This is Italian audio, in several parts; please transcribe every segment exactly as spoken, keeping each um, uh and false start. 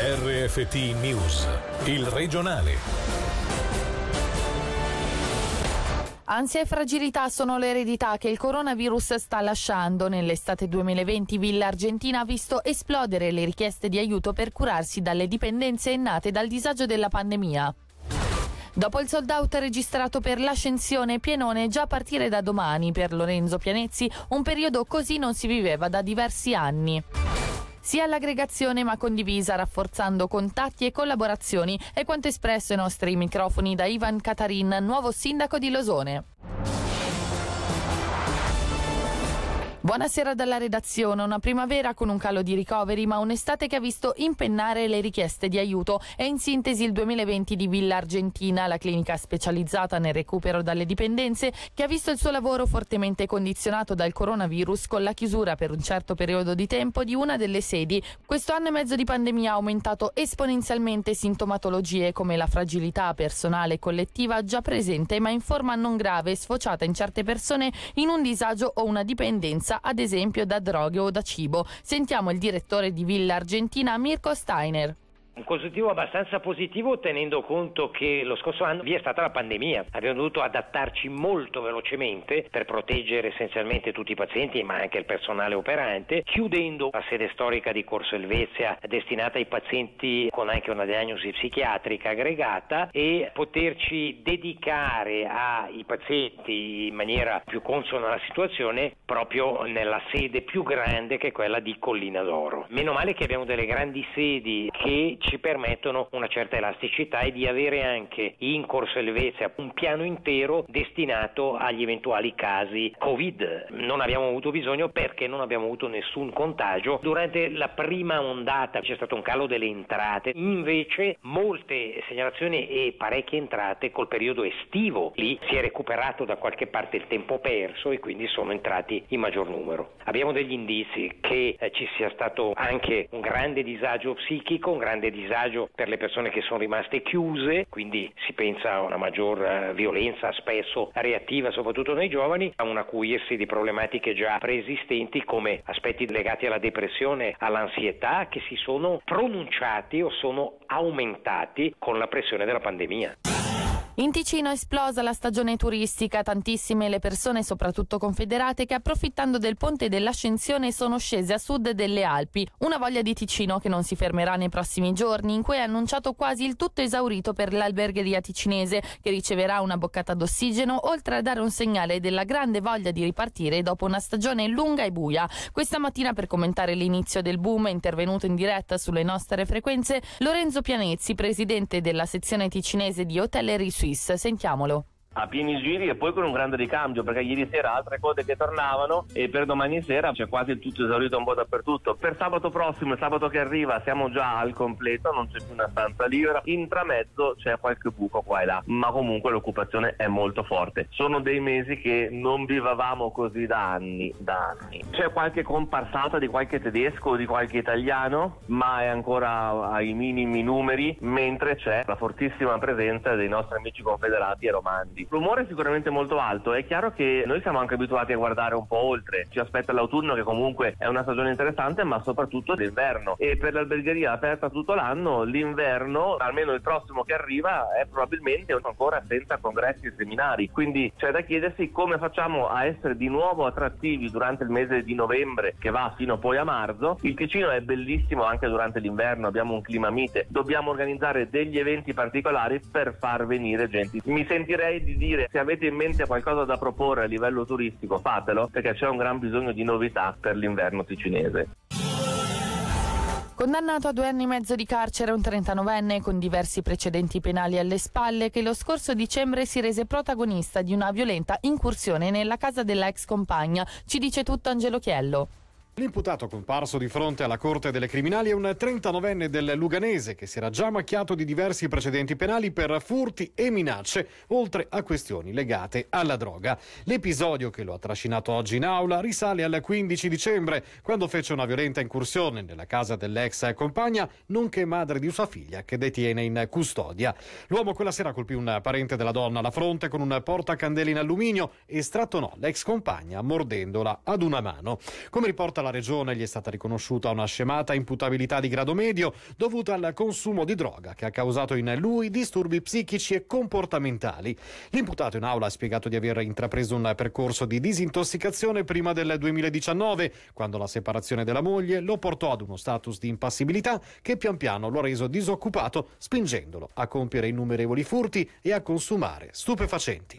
R F T News, il regionale. Ansia e fragilità sono l'eredità che il coronavirus sta lasciando. Nell'estate duemilaventi Villa Argentina ha visto esplodere le richieste di aiuto per curarsi dalle dipendenze nate dal disagio della pandemia. Dopo il sold out registrato per l'Ascensione, pienone già a partire da domani. Per Lorenzo Pianezzi un periodo così non si viveva da diversi anni. Sia l'aggregazione ma condivisa, rafforzando contatti e collaborazioni, è quanto espresso ai nostri microfoni da Ivan Catarin, nuovo sindaco di Losone. Buonasera dalla redazione. Una primavera con un calo di ricoveri, ma un'estate che ha visto impennare le richieste di aiuto. È in sintesi il duemilaventi di Villa Argentina, la clinica specializzata nel recupero dalle dipendenze, che ha visto il suo lavoro fortemente condizionato dal coronavirus con la chiusura per un certo periodo di tempo di una delle sedi. Questo anno e mezzo di pandemia ha aumentato esponenzialmente sintomatologie come la fragilità personale e collettiva già presente, ma in forma non grave, sfociata in certe persone in un disagio o una dipendenza, ad esempio da droghe o da cibo. Sentiamo il direttore di Villa Argentina, Mirko Steiner. Un consuntivo abbastanza positivo, tenendo conto che lo scorso anno vi è stata la pandemia. Abbiamo dovuto adattarci molto velocemente per proteggere essenzialmente tutti i pazienti, ma anche il personale operante, chiudendo la sede storica di Corso Elvezia destinata ai pazienti con anche una diagnosi psichiatrica aggregata, e poterci dedicare ai pazienti in maniera più consona alla situazione proprio nella sede più grande, che è quella di Collina d'Oro. Meno male che abbiamo delle grandi sedi che ci permettono una certa elasticità e di avere anche in Corso Elvezia un piano intero destinato agli eventuali casi Covid. Non abbiamo avuto bisogno perché non abbiamo avuto nessun contagio. Durante la prima ondata c'è stato un calo delle entrate, invece molte segnalazioni e parecchie entrate col periodo estivo. Lì si è recuperato da qualche parte il tempo perso e quindi sono entrati in maggior numero. Abbiamo degli indizi che eh, ci sia stato anche un grande disagio psichico, un grande disagio per le persone che sono rimaste chiuse, quindi si pensa a una maggior uh, violenza, spesso reattiva, soprattutto nei giovani, a un acuirsi di problematiche già preesistenti come aspetti legati alla depressione, all'ansietà, che si sono pronunciati o sono aumentati con la pressione della pandemia. In Ticino è esplosa la stagione turistica, tantissime le persone, soprattutto confederate, che approfittando del ponte dell'Ascensione sono scese a sud delle Alpi. Una voglia di Ticino che non si fermerà nei prossimi giorni, in cui è annunciato quasi il tutto esaurito per l'albergheria ticinese, che riceverà una boccata d'ossigeno, oltre a dare un segnale della grande voglia di ripartire dopo una stagione lunga e buia. Questa mattina, per commentare l'inizio del boom, è intervenuto in diretta sulle nostre frequenze Lorenzo Pianezzi, presidente della sezione ticinese di Hotellerie Suisse. Sentiamolo. A pieni giri e poi con un grande ricambio, perché ieri sera altre cose che tornavano e per domani sera c'è quasi il tutto esaurito un po' dappertutto. Per sabato prossimo, il sabato che arriva, siamo già al completo, non c'è più una stanza libera, intramezzo c'è qualche buco qua e là, ma comunque l'occupazione è molto forte. Sono dei mesi che non vivavamo così da anni, da anni. C'è qualche comparsata di qualche tedesco o di qualche italiano, ma è ancora ai minimi numeri, mentre c'è la fortissima presenza dei nostri amici confederati e romandi. L'umore è sicuramente molto alto. È chiaro che noi siamo anche abituati a guardare un po' oltre, ci aspetta l'autunno, che comunque è una stagione interessante, ma soprattutto l'inverno, e per l'albergheria aperta tutto l'anno, l'inverno, almeno il prossimo che arriva, è probabilmente ancora senza congressi e seminari, quindi c'è da chiedersi come facciamo a essere di nuovo attrattivi durante il mese di novembre, che va fino poi a marzo. Il Ticino è bellissimo anche durante l'inverno, abbiamo un clima mite, dobbiamo organizzare degli eventi particolari per far venire gente. Mi sentirei di dire, se avete in mente qualcosa da proporre a livello turistico, fatelo, perché c'è un gran bisogno di novità per l'inverno ticinese. Condannato a due anni e mezzo di carcere un trentanovenne con diversi precedenti penali alle spalle, che lo scorso dicembre si rese protagonista di una violenta incursione nella casa della ex compagna. Ci dice tutto Angelo Chiello. L'imputato comparso di fronte alla Corte delle Criminali è un trentanovenne del Luganese che si era già macchiato di diversi precedenti penali per furti e minacce, oltre a questioni legate alla droga. L'episodio che lo ha trascinato oggi in aula risale al quindici dicembre, quando fece una violenta incursione nella casa dell'ex compagna, nonché madre di sua figlia che detiene in custodia. L'uomo quella sera colpì un parente della donna alla fronte con un portacandele in alluminio e strattonò l'ex compagna mordendola ad una mano. Come riporta dalla regione gli è stata riconosciuta una scemata imputabilità di grado medio dovuta al consumo di droga che ha causato in lui disturbi psichici e comportamentali. L'imputato in aula ha spiegato di aver intrapreso un percorso di disintossicazione prima del duemiladiciannove, quando la separazione della moglie lo portò ad uno status di impassibilità che pian piano lo ha reso disoccupato, spingendolo a compiere innumerevoli furti e a consumare stupefacenti.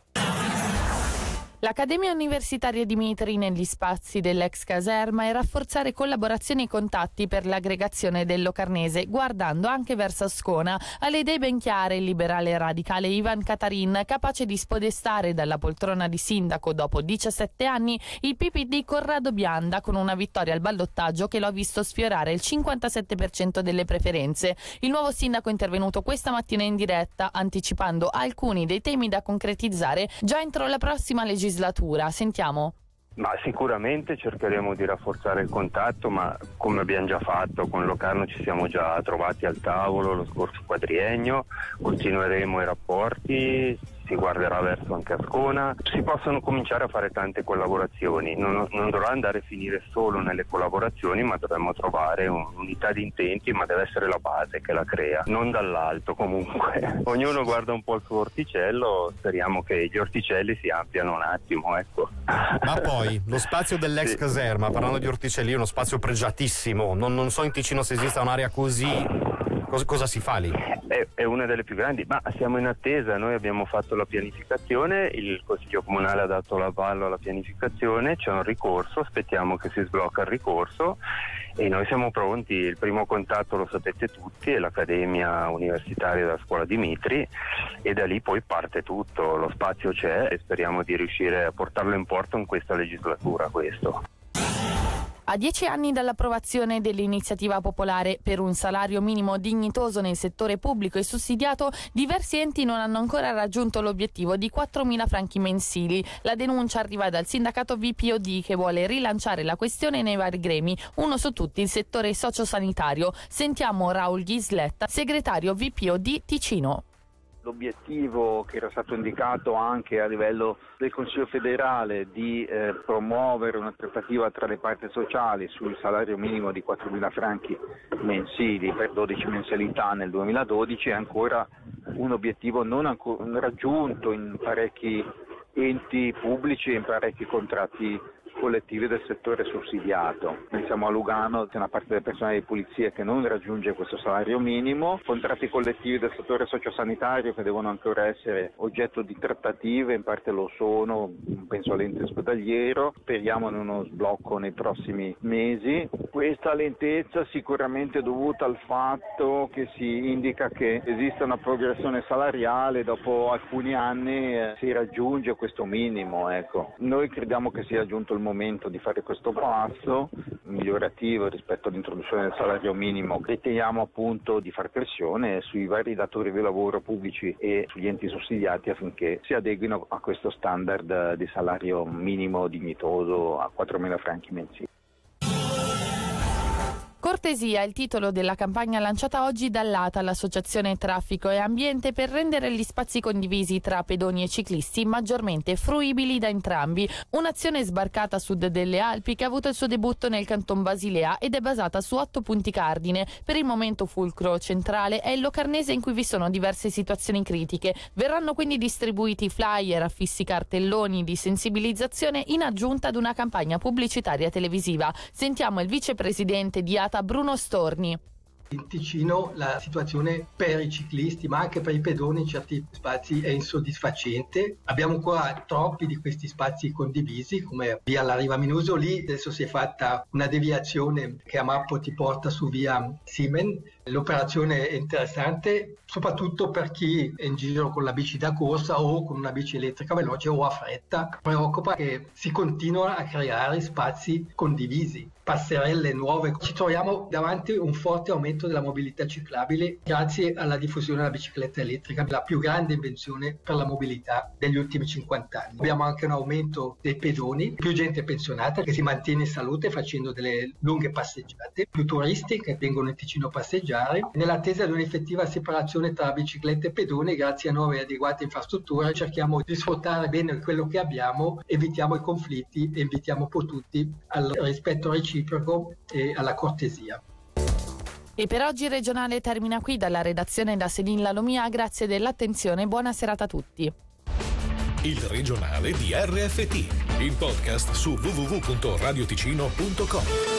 L'Accademia Universitaria di Mitri negli spazi dell'ex caserma e rafforzare collaborazioni e contatti per l'aggregazione del Locarnese, guardando anche verso Ascona. Ha le idee ben chiare il liberale radicale Ivan Catarin, capace di spodestare dalla poltrona di sindaco dopo diciassette anni il P P D Corrado Bianda, con una vittoria al ballottaggio che lo ha visto sfiorare il cinquantasette per cento delle preferenze. Il nuovo sindaco è intervenuto questa mattina in diretta, anticipando alcuni dei temi da concretizzare già entro la prossima legislatura. Sentiamo. Ma sicuramente cercheremo di rafforzare il contatto, ma come abbiamo già fatto con Locarno ci siamo già trovati al tavolo lo scorso quadriennio, continueremo i rapporti, si guarderà verso anche Ascona, si possono cominciare a fare tante collaborazioni, non, non dovrà andare a finire solo nelle collaborazioni, ma dovremmo trovare un'unità di intenti, ma deve essere la base che la crea, non dall'alto comunque. Ognuno guarda un po' il suo orticello, speriamo che gli orticelli si ampliano un attimo, ecco. Ma poi, lo spazio dell'ex sì. caserma, parlando di orticelli, è uno spazio pregiatissimo, non, non so in Ticino se esista un'area così. Cosa, cosa si fa lì? È, è una delle più grandi, ma siamo in attesa, noi abbiamo fatto la pianificazione, il Consiglio Comunale ha dato l'avallo alla pianificazione, c'è un ricorso, aspettiamo che si sblocca il ricorso e noi siamo pronti. Il primo contatto, lo sapete tutti, è l'Accademia Universitaria della Scuola di Mitri e da lì poi parte tutto, lo spazio c'è e speriamo di riuscire a portarlo in porto in questa legislatura, questo. A dieci anni dall'approvazione dell'iniziativa popolare per un salario minimo dignitoso nel settore pubblico e sussidiato, diversi enti non hanno ancora raggiunto l'obiettivo di quattromila franchi mensili. La denuncia arriva dal sindacato V P O D, che vuole rilanciare la questione nei vari gremi, uno su tutti il settore sociosanitario. Sentiamo Raul Ghisletta, segretario V P O D Ticino. L'obiettivo che era stato indicato anche a livello del Consiglio federale di eh, promuovere una trattativa tra le parti sociali sul salario minimo di quattromila franchi mensili per dodici mensilità nel duemiladodici è ancora un obiettivo non ancora raggiunto in parecchi enti pubblici e in parecchi contratti collettivi del settore sussidiato. Pensiamo a Lugano, c'è una parte del personale di polizia che non raggiunge questo salario minimo, contratti collettivi del settore sociosanitario che devono ancora essere oggetto di trattative, in parte lo sono, penso all'ente ospedaliero, speriamo in uno sblocco nei prossimi mesi. Questa lentezza sicuramente è dovuta al fatto che si indica che esiste una progressione salariale, dopo alcuni anni eh, si raggiunge questo minimo. Ecco. Noi crediamo che sia giunto il momento di fare questo passo migliorativo rispetto all'introduzione del salario minimo. Riteniamo appunto di far pressione sui vari datori di lavoro pubblici e sugli enti sussidiati affinché si adeguino a questo standard di salario minimo dignitoso a quattromila franchi mensili. Cortesia è il titolo della campagna lanciata oggi dall'A T A, l'Associazione Traffico e Ambiente, per rendere gli spazi condivisi tra pedoni e ciclisti maggiormente fruibili da entrambi. Un'azione sbarcata a sud delle Alpi che ha avuto il suo debutto nel Canton Basilea ed è basata su otto punti cardine. Per il momento fulcro centrale è il Locarnese, in cui vi sono diverse situazioni critiche. Verranno quindi distribuiti flyer, affissi cartelloni di sensibilizzazione in aggiunta ad una campagna pubblicitaria televisiva. Sentiamo il vicepresidente di A T A Bruno Storni. In Ticino la situazione per i ciclisti ma anche per i pedoni in certi spazi è insoddisfacente. Abbiamo ancora troppi di questi spazi condivisi, come via la Riva Minuso. Lì adesso si è fatta una deviazione che a Mappo ti porta su via Simen. L'operazione è interessante soprattutto per chi è in giro con la bici da corsa o con una bici elettrica veloce o a fretta. Preoccupa che si continua a creare spazi condivisi, passerelle nuove. Ci troviamo davanti a un forte aumento della mobilità ciclabile grazie alla diffusione della bicicletta elettrica, la più grande invenzione per la mobilità degli ultimi cinquanta anni. Abbiamo anche un aumento dei pedoni, più gente pensionata che si mantiene in salute facendo delle lunghe passeggiate, più turisti che vengono in Ticino a passeggiare. Nell'attesa di un'effettiva separazione tra biciclette e pedoni, grazie a nuove e adeguate infrastrutture, cerchiamo di sfruttare bene quello che abbiamo, evitiamo i conflitti e invitiamo un po' tutti al rispetto reciproco reciproco e alla cortesia. E per oggi il regionale termina qui. Dalla redazione da Selin Lalomia, grazie dell'attenzione e buona serata a tutti. Il regionale di R F T, il podcast su w w w punto radioticino punto com.